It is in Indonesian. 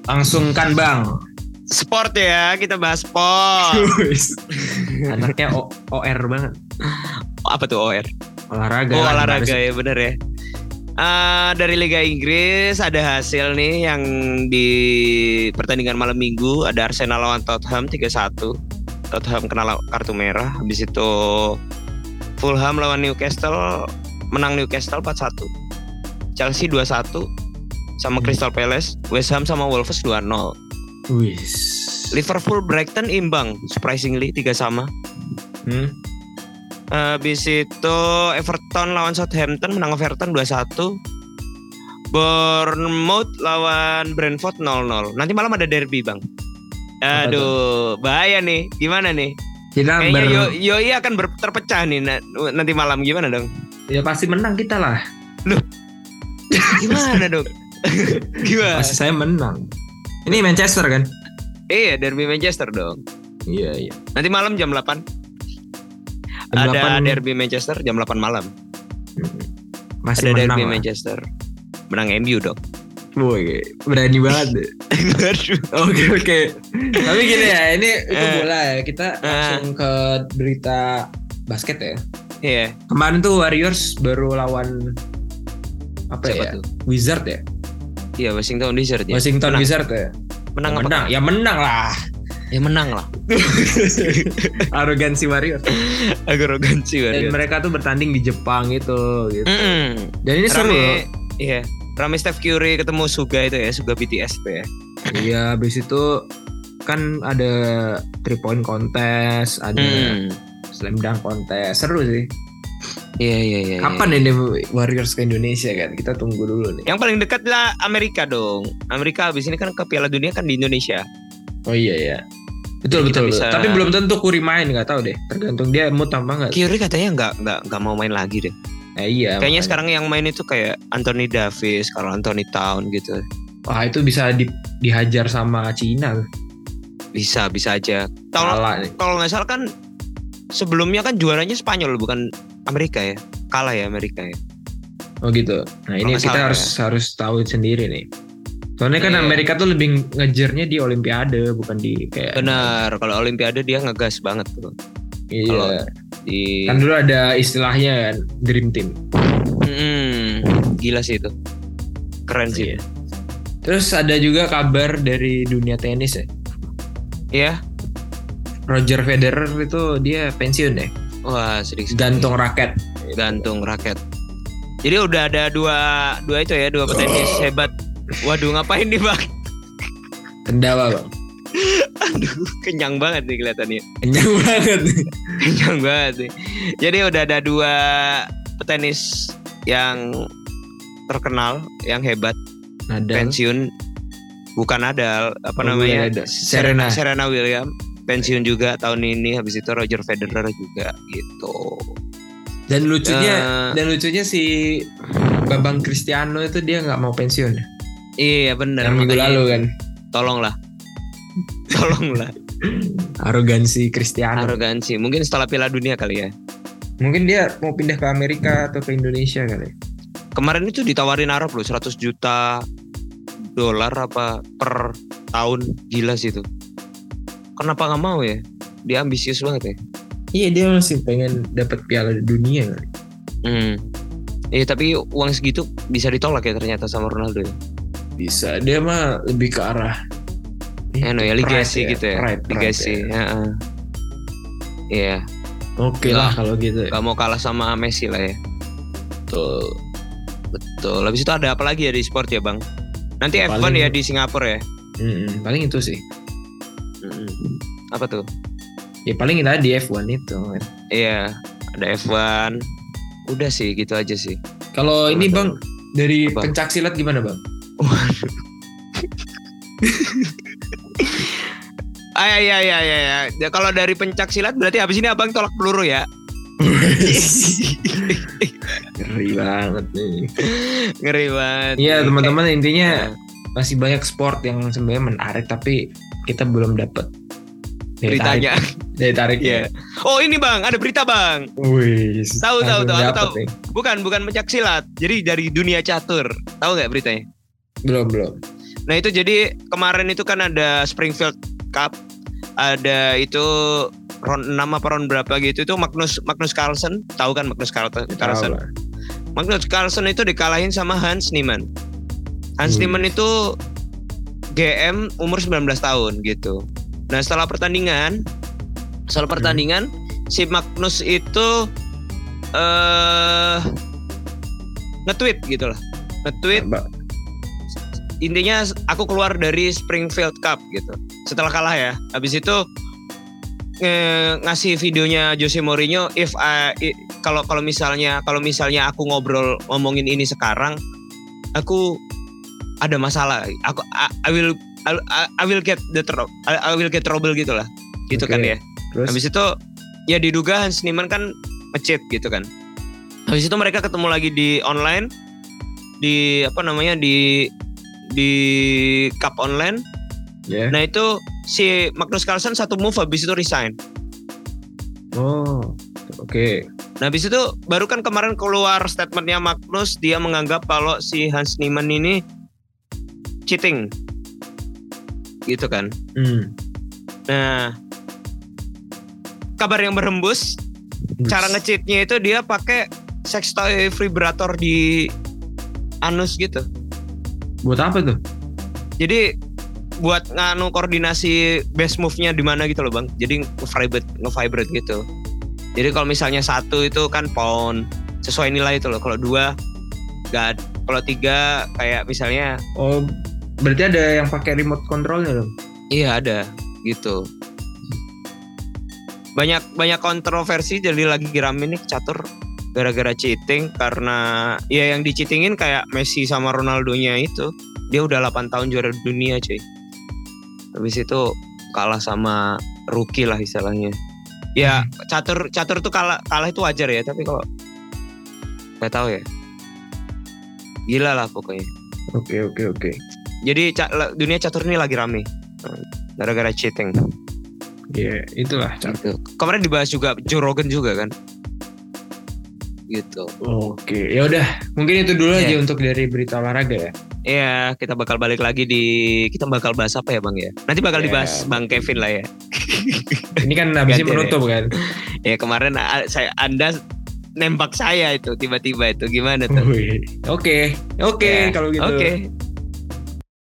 Langsung kan Bang. Sport ya, kita bahas sport. Anaknya OR banget. Apa tuh OR? Olahraga. Oh olahraga ya bener ya. Dari Liga Inggris ada hasil nih yang di pertandingan malam minggu. Ada Arsenal lawan Tottenham 3-1. Tottenham kena kartu merah. Habis itu Fulham lawan Newcastle, menang Newcastle 4-1. Chelsea 2-1 sama Crystal Palace. West Ham sama Wolves 2-0. Wis. Liverpool Brighton imbang surprisingly 3-3. Habis itu Everton lawan Southampton, menang Everton 2-1. Bournemouth lawan Brentford 0-0. Nanti malam ada derby Bang. Aduh, bahaya nih. Gimana nih? Kayaknya Yoi akan terpecah nih nanti malam. Gimana dong? Ya pasti menang kita lah. Loh, gimana dong? Gimana? Pasti saya menang. Ini Manchester kan? Iya, derby Manchester dong. Iya. Nanti malam jam 8. Ada derby Manchester jam 8 malam. Masih ada menang derby lah. Manchester. Menang MU dong. Woi, berani banget deh. Oke. Tapi gini ya, ini itu bola ya. Kita langsung ke berita basket ya. Iya. Kemarin tuh Warriors baru lawan apa siapa ya? Tuh? Wizard ya? Iya, Washington Wizards ya. Washington Wizards ya. Menang apa? Menang. Ya menang lah. Ya menang lah. Arogansi Warriors. Arogansi Warriors. Dan mereka tuh bertanding di Jepang gitu. Dan ini seru loh. Iya. Rame Steph Curry ketemu Suga itu ya, Suga BTS itu ya. Iya, habis itu kan ada 3 point contest, ada slam dunk contest. Seru sih. Iya. Kapan ini Warriors ke Indonesia kan? Kita tunggu dulu nih. Yang paling dekat lah Amerika dong. Amerika habis ini kan ke Piala Dunia kan di Indonesia. Oh iya ya. Betul. Bisa... Tapi belum tentu Curry main, nggak tahu deh. Tergantung dia mood apa nggak. Curry katanya nggak mau main lagi deh. Iya. Kayaknya sekarang yang main itu kayak Anthony Davis, Karl Anthony Towns gitu. Wah itu bisa dihajar sama Cina. Bisa aja. Kalau nggak salah kan sebelumnya kan juaranya Spanyol bukan Amerika ya. Kalah ya Amerika ya. Oh gitu. Nah ini kita harus tahu sendiri nih. Soalnya kan Amerika tuh lebih ngejarnya di Olimpiade, bukan di kayak. Benar. Kalau Olimpiade dia ngegas banget tuh. Iya. Kan dulu ada istilahnya kan Dream Team. Gila sih itu. Keren sih. Iya. Terus ada juga kabar dari dunia tenis ya. Iya. Roger Federer itu dia pensiun deh. Wah sedih. Gantung raket. Jadi udah ada dua itu ya, dua petenis hebat. Waduh ngapain nih Bang? Kendawa Bang. Aduh kenyang banget nih kelihatannya. Kenyang banget nih. Jadi udah ada 2 petenis yang terkenal, yang hebat. Nadal. Pensiun. Bukan Nadal, namanya? Serena Williams. Pensiun juga tahun ini. Habis itu Roger Federer juga gitu. Dan lucunya si Bambang Cristiano itu dia nggak mau pensiun. Iya benar. Yang minggu lalu kan. Tolonglah. Arogansi Cristiano. Mungkin setelah Piala Dunia kali ya. Mungkin dia mau pindah ke Amerika atau ke Indonesia kali. Kemarin itu ditawarin Arab loh, $100 juta apa per tahun. Gila sih itu. Kenapa nggak mau ya? Dia ambisius banget ya. Iya dia masih pengen dapat Piala Dunia kali. Iya tapi uang segitu bisa ditolak ya ternyata sama Ronaldo ya. Bisa, dia mah lebih ke arah legacy gitu ya. Legacy. Iya. Oke lah kalau gitu. Gak mau kalah sama Messi lah ya. Betul. Habis itu ada apa lagi ya di sport ya Bang? Nanti F1 ya di Singapura ya. Paling itu sih. Apa tuh? Ya paling tadi F1 itu. Iya, ada F1. Udah sih gitu aja sih. Kalau ini Bang dari pencak silat gimana Bang? Ya. Kalau dari pencak silat berarti habis ini Abang tolak peluru ya. Ngeri banget nih. Iya teman-teman intinya masih banyak sport yang sebenarnya menarik tapi kita belum dapat beritanya. Tarik ya. Oh ini Bang, ada berita Bang. Wih. Tahu. Aku tahu. Bukan pencak silat. Jadi dari dunia catur. Tahu nggak beritanya? Belum. Nah itu jadi kemarin itu kan ada Springfield Cup, ada itu round 6 apa round berapa gitu, itu Magnus Carlsen, tahu kan Magnus Carlsen? Magnus Carlsen itu dikalahin sama Hans Niemann. Hans Niemann itu GM umur 19 tahun gitu. Nah setelah pertandingan si Magnus itu nge-tweet gitu lah. Intinya aku keluar dari Springfield Cup gitu. Setelah kalah ya. Habis itu ngasih videonya Jose Mourinho, kalau misalnya aku ngomongin ini sekarang, aku ada masalah. I will get trouble gitu lah. Gitu kan ya. Terus? Habis itu ya diduga Hans Niemann kan nge-cheat gitu kan. Habis itu mereka ketemu lagi di online, di cup online. Yeah. Nah itu si Magnus Carlsen satu move habis itu resign. Oh, oke. Nah habis itu baru kan kemarin keluar statementnya Magnus, dia menganggap kalau si Hans Niemann ini cheating, gitu kan. Nah kabar yang berhembus, cara nge-cheatnya itu dia pakai sex toy vibrator di anus gitu. Buat apa tuh? Jadi buat koordinasi best move-nya di mana gitu loh bang. Jadi nge-vibrate gitu. Jadi kalau misalnya 1 itu kan pound sesuai nilai itu loh. Kalau 2 God. Kalau 3 kayak misalnya. Oh berarti ada yang pakai remote controlnya dong? Iya ada gitu. Banyak kontroversi, jadi lagi rame nih catur gara-gara cheating, karena ya yang di-cheatingin kayak Messi sama Ronaldonya itu. Dia udah 8 tahun juara dunia cuy. Habis itu kalah sama rookie lah istilahnya. Ya catur tuh kalah itu wajar ya, tapi kalau nggak tahu ya. Gila lah pokoknya. Oke. Jadi dunia catur ini lagi rame gara-gara cheating. Iya, itulah gitu. Kemarin dibahas juga Joe Rogan juga kan. Gitu. Oke, ya udah. Mungkin itu dulu aja untuk dari berita olahraga ya. Iya, kita bakal balik lagi kita bakal bahas apa ya Bang ya? Nanti bakal dibahas Bang Kevin lah ya. Ini kan habisnya menutup kan. Ya kemarin Anda nembak saya itu tiba-tiba itu gimana tuh? Oke, kalau gitu. Oke.